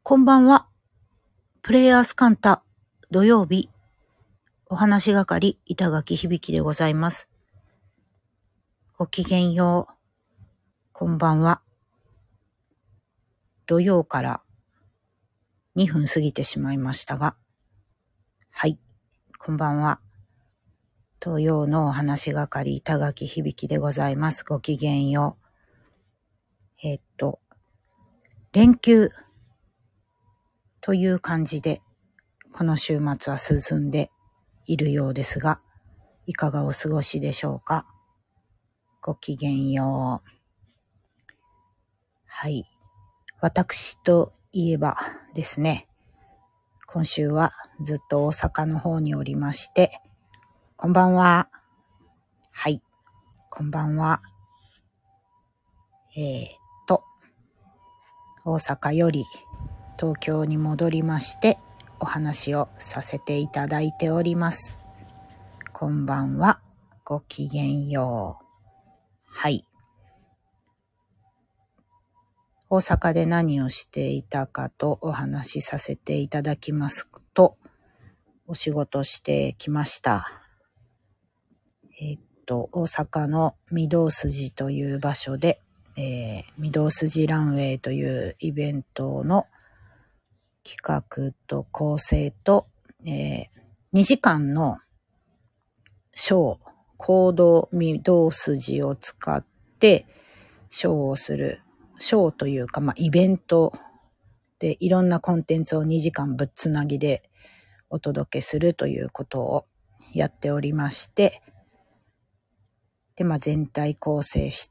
こんばんは。プレイヤースカンタ土曜日お話係板垣響でございます。ごきげんよう。こんばんは。土曜から2分過ぎてしまいましたが、はい、こんばんは。土曜のお話係板垣響でございます。ごきげんよう。連休という感じでこの週末は進んでいるようですが、いかがお過ごしでしょうか。ごきげんよう。はい。私といえばですね、今週はずっと大阪の方におりまして、こんばんは。はい。こんばんは。大阪より東京に戻りまして、お話をさせていただいております。こんばんは。ごきげんよう。はい。大阪で何をしていたかとお話しさせていただきますと、お仕事してきました。大阪の御堂筋という場所で、御堂筋ランウェイというイベントの企画と構成と、2時間のショー、行動御堂筋を使ってショーをする、ショーというか、イベントでいろんなコンテンツを2時間ぶっつなぎでお届けするということをやっておりまして、で、全体構成して、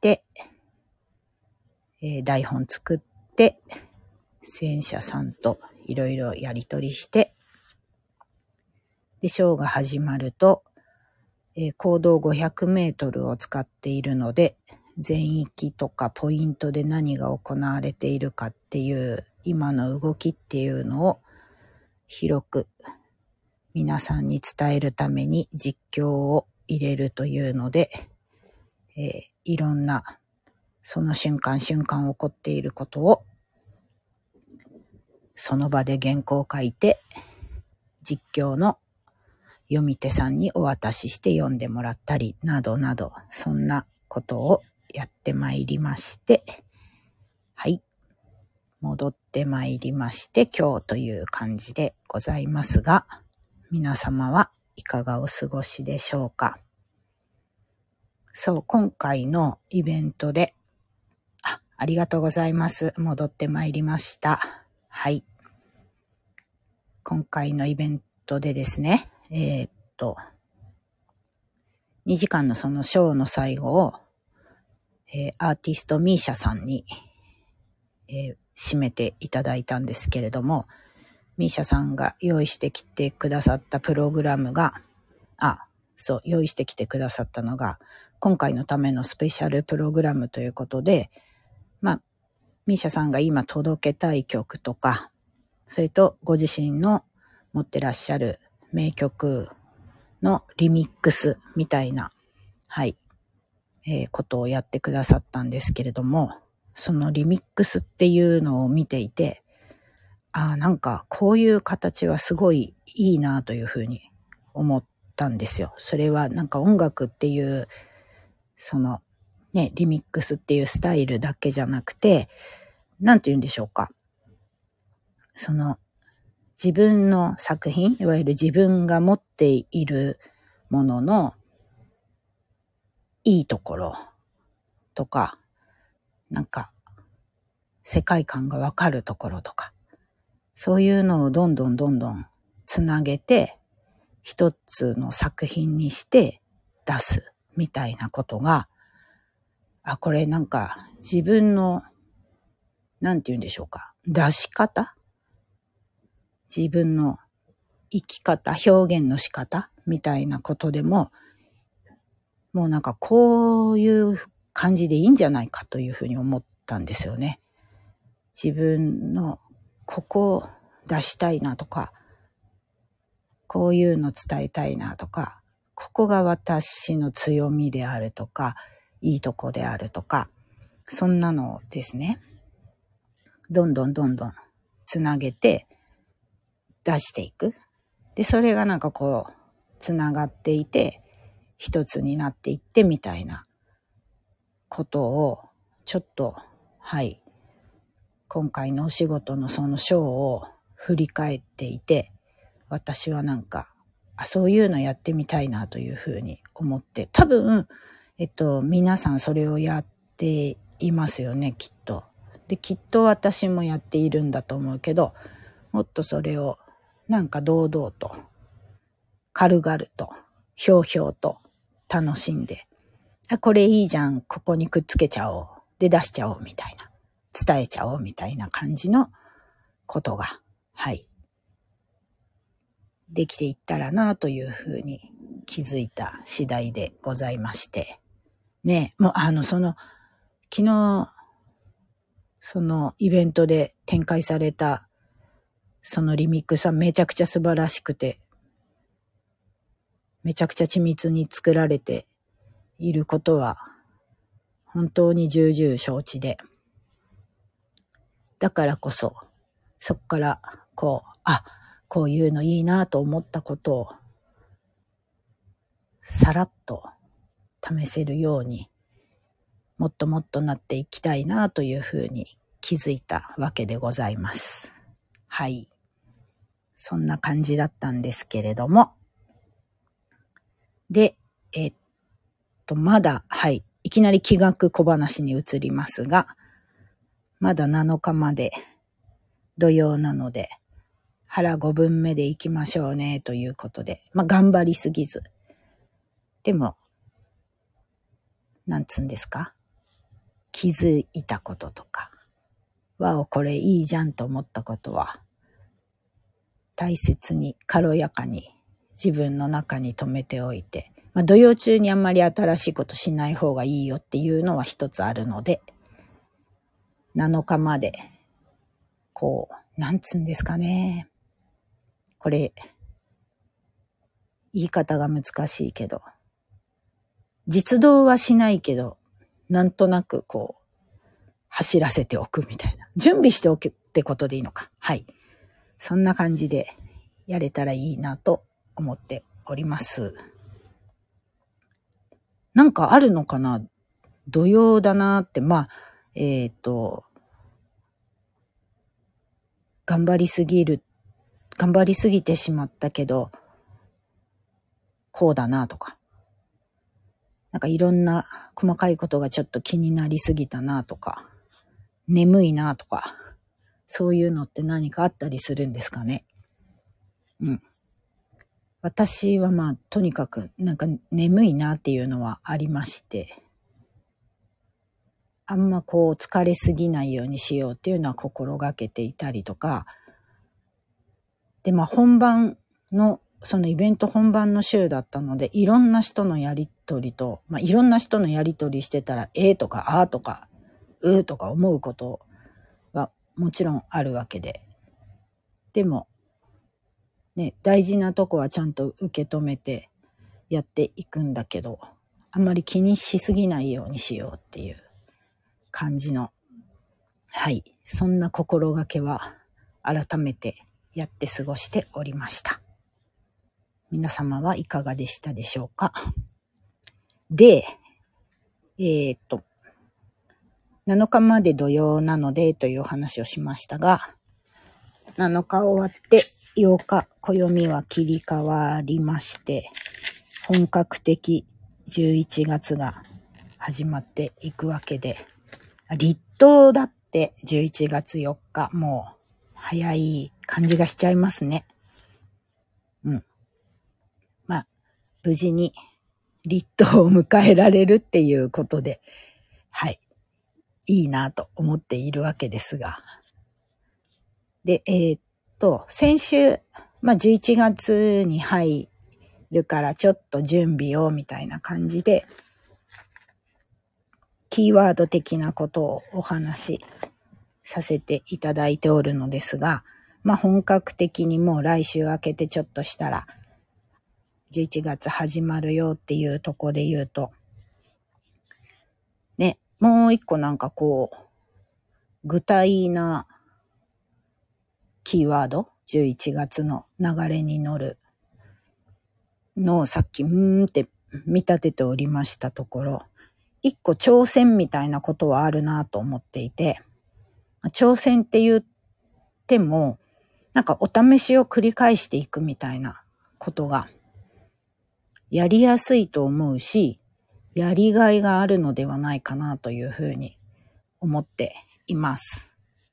台本作って、出演者さんといろいろやり取りして、で、ショーが始まると、行動500メートルを使っているので、全域とかポイントで何が行われているかっていう、今の動きっていうのを広く皆さんに伝えるために実況を入れるというので、いろんなその瞬間起こっていることをその場で原稿を書いて実況の読み手さんにお渡しして読んでもらったりなどなど、そんなことをやってまいりまして、はい、戻ってまいりまして今日という感じでございますが、皆様はいかがお過ごしでしょうか。そう、今回のイベントでありがとうございます。戻ってまいりました。はい。今回のイベントでですね、2時間のそのショーの最後を、アーティストミーシャさんに、締めていただいたんですけれども、ミーシャさんが用意してきてくださったプログラムが、用意してきてくださったのが、今回のためのスペシャルプログラムということで、ミーシャさんが今届けたい曲とか、それとご自身の持ってらっしゃる名曲のリミックスみたいな、ことをやってくださったんですけれども、そのリミックスっていうのを見ていて、なんかこういう形はすごいいいなというふうに思ったんですよ。それはなんか音楽っていう、そのね、リミックスっていうスタイルだけじゃなくて、なんて言うんでしょうか。その自分の作品、いわゆる自分が持っているもののいいところとか、なんか世界観がわかるところとか、そういうのをどんどんつなげて一つの作品にして出すみたいなことが、これなんか自分のなんて言うんでしょうか、出し方、自分の生き方、表現の仕方みたいなことでも、もうなんかこういう感じでいいんじゃないかというふうに思ったんですよね。自分のここを出したいなとか、こういうの伝えたいなとか、ここが私の強みであるとか、いいとこであるとか、そんなのですね。どんどんつなげて出していく。で、それがなんかこう、つながっていて、一つになっていってみたいなことを、ちょっと、はい、今回のお仕事のその章を振り返っていて、私はなんか、そういうのやってみたいなというふうに思って、多分、皆さんそれをやっていますよね、きっと。で、きっと私もやっているんだと思うけど、もっとそれをなんか堂々と、軽々と、ひょうひょうと楽しんで、これいいじゃん、ここにくっつけちゃおう。で、出しちゃおうみたいな。伝えちゃおうみたいな感じのことが、はい。できていったらなというふうに気づいた次第でございまして。ね、もう昨日、そのイベントで展開された、そのリミックスはめちゃくちゃ素晴らしくて、めちゃくちゃ緻密に作られていることは、本当に重々承知で。だからこそ、そっから、こういうのいいなと思ったことを、さらっと試せるように、もっともっとなっていきたいなというふうに気づいたわけでございます。はい。そんな感じだったんですけれども。で、まだ、はい。いきなり気学小話に移りますが、まだ7日まで土曜なので、腹5分目で行きましょうねということで、頑張りすぎず。でも、なんつんですか？気づいたこととか、これいいじゃんと思ったことは、大切に軽やかに自分の中に留めておいて、土曜中にあんまり新しいことしない方がいいよっていうのは一つあるので、7日まで、なんつんですかね。これ、言い方が難しいけど、実動はしないけど、なんとなく走らせておくみたいな。準備しておくってことでいいのか。はい。そんな感じでやれたらいいなと思っております。なんかあるのかな？土曜だなって、頑張りすぎてしまったけど、こうだなとか。なんかいろんな細かいことがちょっと気になりすぎたなとか、眠いなとか、そういうのって何かあったりするんですかね。うん。私はとにかくなんか眠いなっていうのはありまして、あんま疲れすぎないようにしようっていうのは心がけていたりとか、で、本番の、そのイベント本番の週だったので、いろんな人のやりとりと、いろんな人のやりとりしてたら、とか、とか、とか思うことはもちろんあるわけで。でも、ね、大事なとこはちゃんと受け止めてやっていくんだけど、あんまり気にしすぎないようにしようっていう感じの、はい、そんな心がけは改めてやって過ごしておりました。皆様はいかがでしたでしょうか。で、7日まで土曜なのでというお話をしましたが、7日終わって8日、暦は切り替わりまして、本格的11月が始まっていくわけで、立冬だって11月4日、もう早い感じがしちゃいますね。うん。無事に立冬を迎えられるっていうことで、はい、いいなと思っているわけですが。で、先週、11月に入るからちょっと準備をみたいな感じで、キーワード的なことをお話しさせていただいておるのですが、本格的にもう来週明けてちょっとしたら、11月始まるよっていうとこで言うと、ね、もう一個なんか具体なキーワード、11月の流れに乗るのをさっきって見立てておりましたところ、一個挑戦みたいなことはあるなと思っていて、挑戦って言っても、なんかお試しを繰り返していくみたいなことがやりやすいと思うし、やりがいがあるのではないかなというふうに思っています。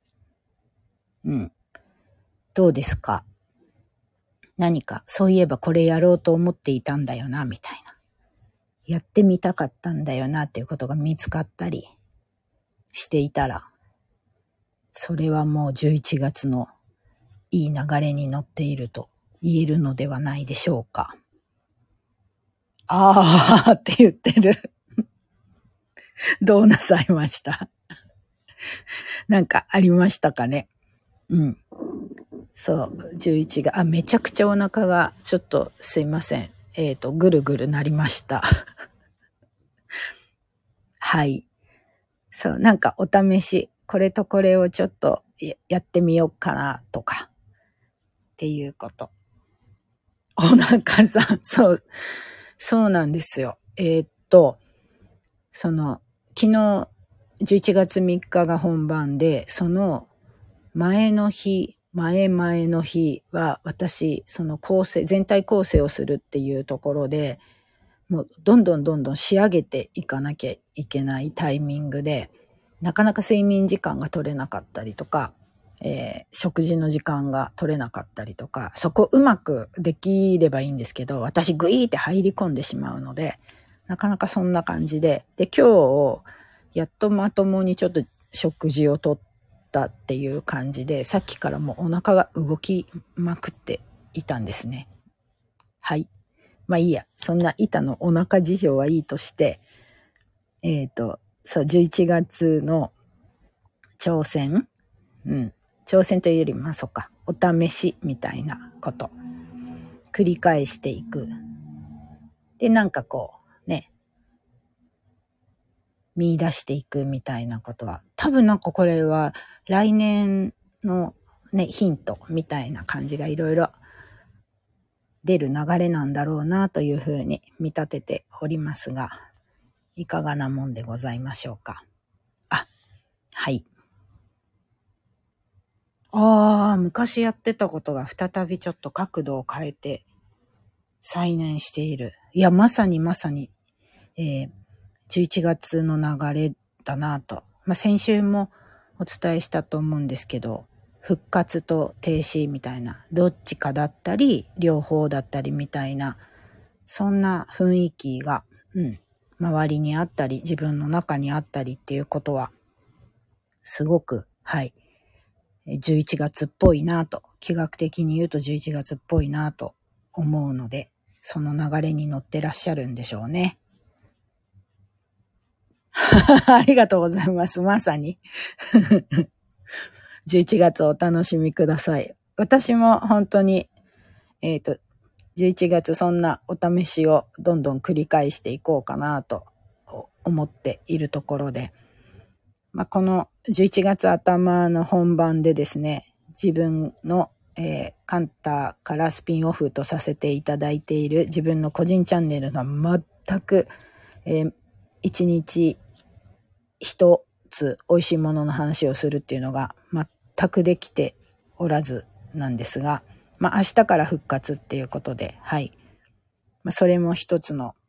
どうですか？何かそういえばこれやろうと思っていたんだよなみたいな、やってみたかったんだよなっていうことが見つかったりしていたら、それはもう11月のいい流れに乗っていると言えるのではないでしょうか。あーって言ってる。どうなさいました？なんかありましたかね。そう、11が、めちゃくちゃお腹がちょっとすいません。ぐるぐるなりました。はい。そう、なんかお試し、これとこれをちょっとやってみようかなとか、っていうこと。お腹さん、そうなんですよ。昨日、11月3日が本番で、その前々の日は、私、その全体構成をするっていうところで、もうどんどん仕上げていかなきゃいけないタイミングで、なかなか睡眠時間が取れなかったりとか、食事の時間が取れなかったりとか、そこうまくできればいいんですけど、私グイーって入り込んでしまうので、なかなかそんな感じで、今日、やっとまともにちょっと食事をとったっていう感じで、さっきからもうお腹が動きまくっていたんですね。はい。まあいいや、そんな板のお腹事情はいいとして、11月の挑戦、挑戦というより、そっか、お試しみたいなこと、繰り返していく。で、なんかこう、ね、見出していくみたいなことは、多分なんかこれは来年のね、ヒントみたいな感じがいろいろ出る流れなんだろうなというふうに見立てておりますが、いかがなもんでございましょうか。はい。昔やってたことが再びちょっと角度を変えて再燃している。いや、まさに、11月の流れだなと。先週もお伝えしたと思うんですけど、復活と停止みたいな、どっちかだったり、両方だったりみたいな、そんな雰囲気が、周りにあったり、自分の中にあったりっていうことは、すごく、11月っぽいなと、気学的に言うと11月っぽいなと思うので、その流れに乗ってらっしゃるんでしょうね。ありがとうございます。まさに。11月をお楽しみください。私も本当に、11月そんなお試しをどんどん繰り返していこうかなと思っているところで、この11月頭の本番でですね、自分の、カンタからスピンオフとさせていただいている自分の個人チャンネルの全く、一日一つ美味しいものの話をするっていうのが全くできておらずなんですが、明日から復活っていうことで、それも一つの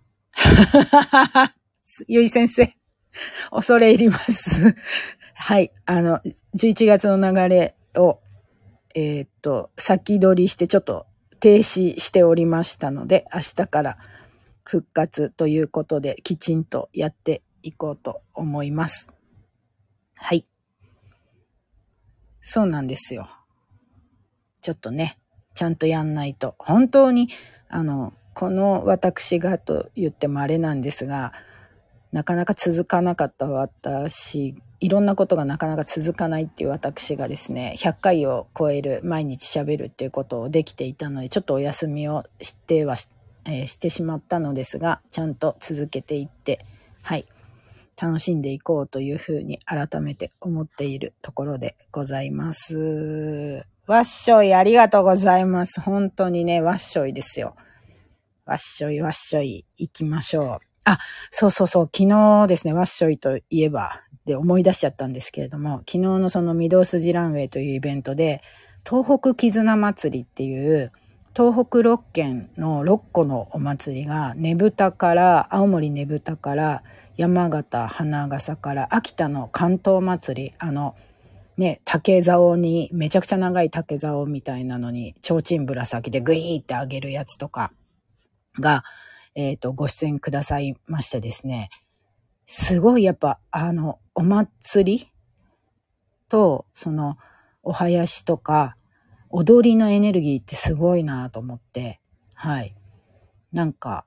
ゆい先生恐れ入りますはい。11月の流れを、先取りしてちょっと停止しておりましたので、明日から復活ということで、きちんとやっていこうと思います。はい。そうなんですよ。ちょっとね、ちゃんとやんないと。本当に、この私がと言ってもあれなんですが、なかなか続かなかった私、いろんなことがなかなか続かないっていう私がですね、100回を超える毎日喋るっていうことをできていたので、ちょっとお休みをしてしまったのですが、ちゃんと続けていって、楽しんでいこうというふうに改めて思っているところでございます。 わっしょい、ありがとうございます。本当にね、わっしょいですよ。わっしょい、わっしょい、行きましょう。あ、そうそうそう、昨日ですね、わっしょいといえば、で思い出しちゃったんですけれども、昨日のその御堂筋ランウェイというイベントで、東北絆祭りっていう、東北6県の6個のお祭りが、ねぶたから、青森ねぶたから、山形花笠から、秋田の関東祭り、ね、竹竿に、めちゃくちゃ長い竹竿みたいなのに、提灯ぶら下げてグイーって上げるやつとかが、ご出演くださいましてですね、すごいやっぱ、お祭りと、その、お囃子とか、踊りのエネルギーってすごいなと思って、はい。なんか、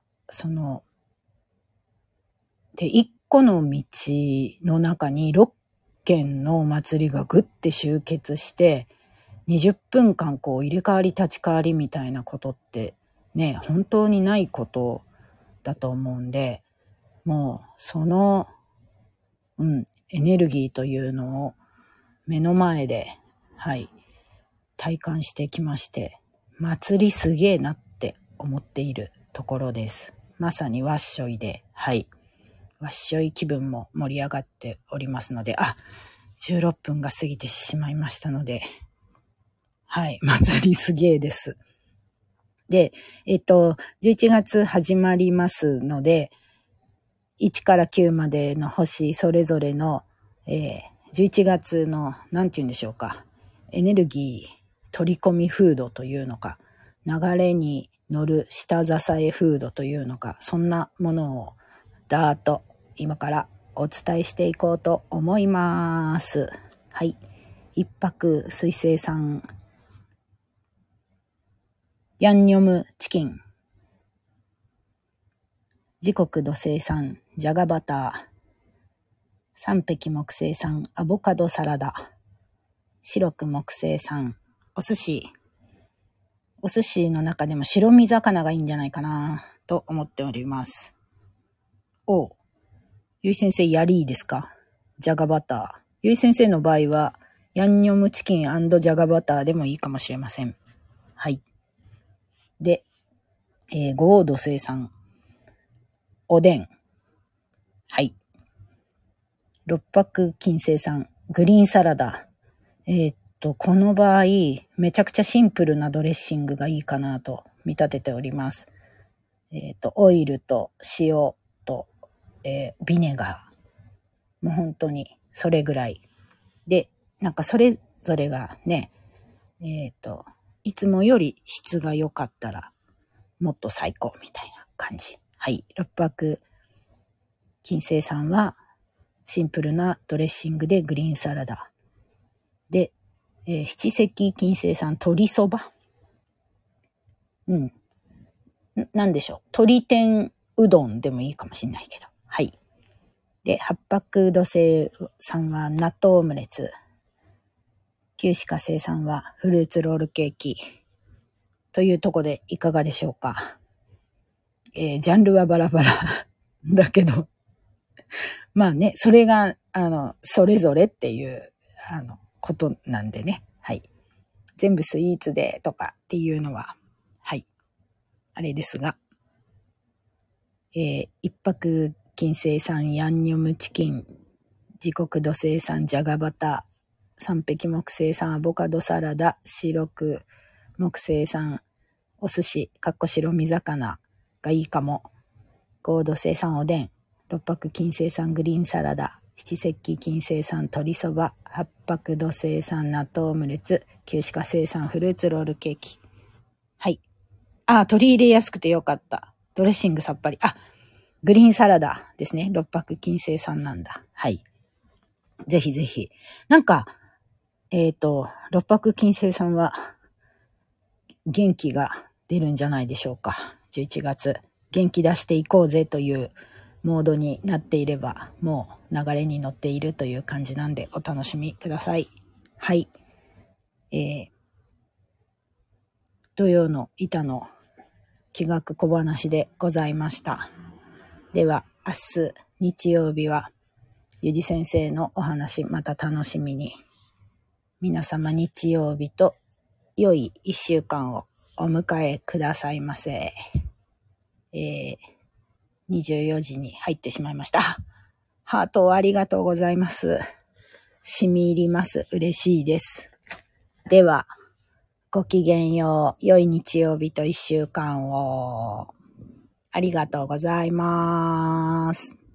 で、一個の道の中に6軒のお祭りがぐって集結して、20分間こう入れ替わり立ち替わりみたいなことってね、本当にないことだと思うんで、もうその、エネルギーというのを目の前で、はい、体感してきまして、祭りすげえなって思っているところです。まさにわっしょいで、はい、わっしょい気分も盛り上がっておりますので、16分が過ぎてしまいましたので、はい、祭りすげえです。で、11月始まりますので、1から9までの星それぞれの、11月の、なんて言うんでしょうか、エネルギー取り込みフードというのか、流れに乗る下支えフードというのか、そんなものをだーっと今からお伝えしていこうと思います。はい。一泊水星さん、ヤンニョムチキン、時刻土星さん、じゃがバター、三匹木星さん、アボカドサラダ、白く木星さん、お寿司。お寿司の中でも白身魚がいいんじゃないかなと思っております。ゆい先生やりいですか？じゃがバター。ゆい先生の場合は、ヤンニョムチキン&じゃがバターでもいいかもしれません。はい。で、五黄土星さん、おでん。はい。六白金星さん、グリーンサラダ。この場合、めちゃくちゃシンプルなドレッシングがいいかなと見立てております。オイルと塩と、ビネガー。もう本当にそれぐらい。で、なんかそれぞれがね、いつもより質が良かったら、もっと最高みたいな感じ。はい。六白金星さんは、シンプルなドレッシングでグリーンサラダ。で、七石金星さん、鶏そば。なんでしょう。鶏天うどんでもいいかもしれないけど。はい。で、八白土星さんは納豆オムレツ。九歯火星さんはフルーツロールケーキ。というとこでいかがでしょうか。ジャンルはバラバラだけど。まあね、それが、それぞれっていう、ことなんでね。はい。全部スイーツでとかっていうのは、はい。あれですが、一泊金星さんヤンニョムチキン、時刻土星さんじゃがバター、三匹木星さんアボカドサラダ、白く木星さんお寿司、かっこ白身魚がいいかも。五土星さんおでん、六白金星さんグリーンサラダ、七石金星さん鶏そば、八白土星さん納豆オムレツ、九歯火星さんフルーツロールケーキ。はい。取り入れやすくてよかった。ドレッシングさっぱり。グリーンサラダですね。六白金星さんなんだ。はい。ぜひぜひ。なんか、六白金星さんは、元気が出るんじゃないでしょうか。11月。元気出していこうぜというモードになっていれば、もう流れに乗っているという感じなんでお楽しみください。はい。土曜の板の気学小話でございました。では、明日日曜日は、ゆじ先生のお話また楽しみに。皆様日曜日と良い一週間をお迎えくださいませ。24時に入ってしまいました。ハートをありがとうございます。染み入ります。嬉しいです。では、ごきげんよう。良い日曜日と一週間を。ありがとうございます。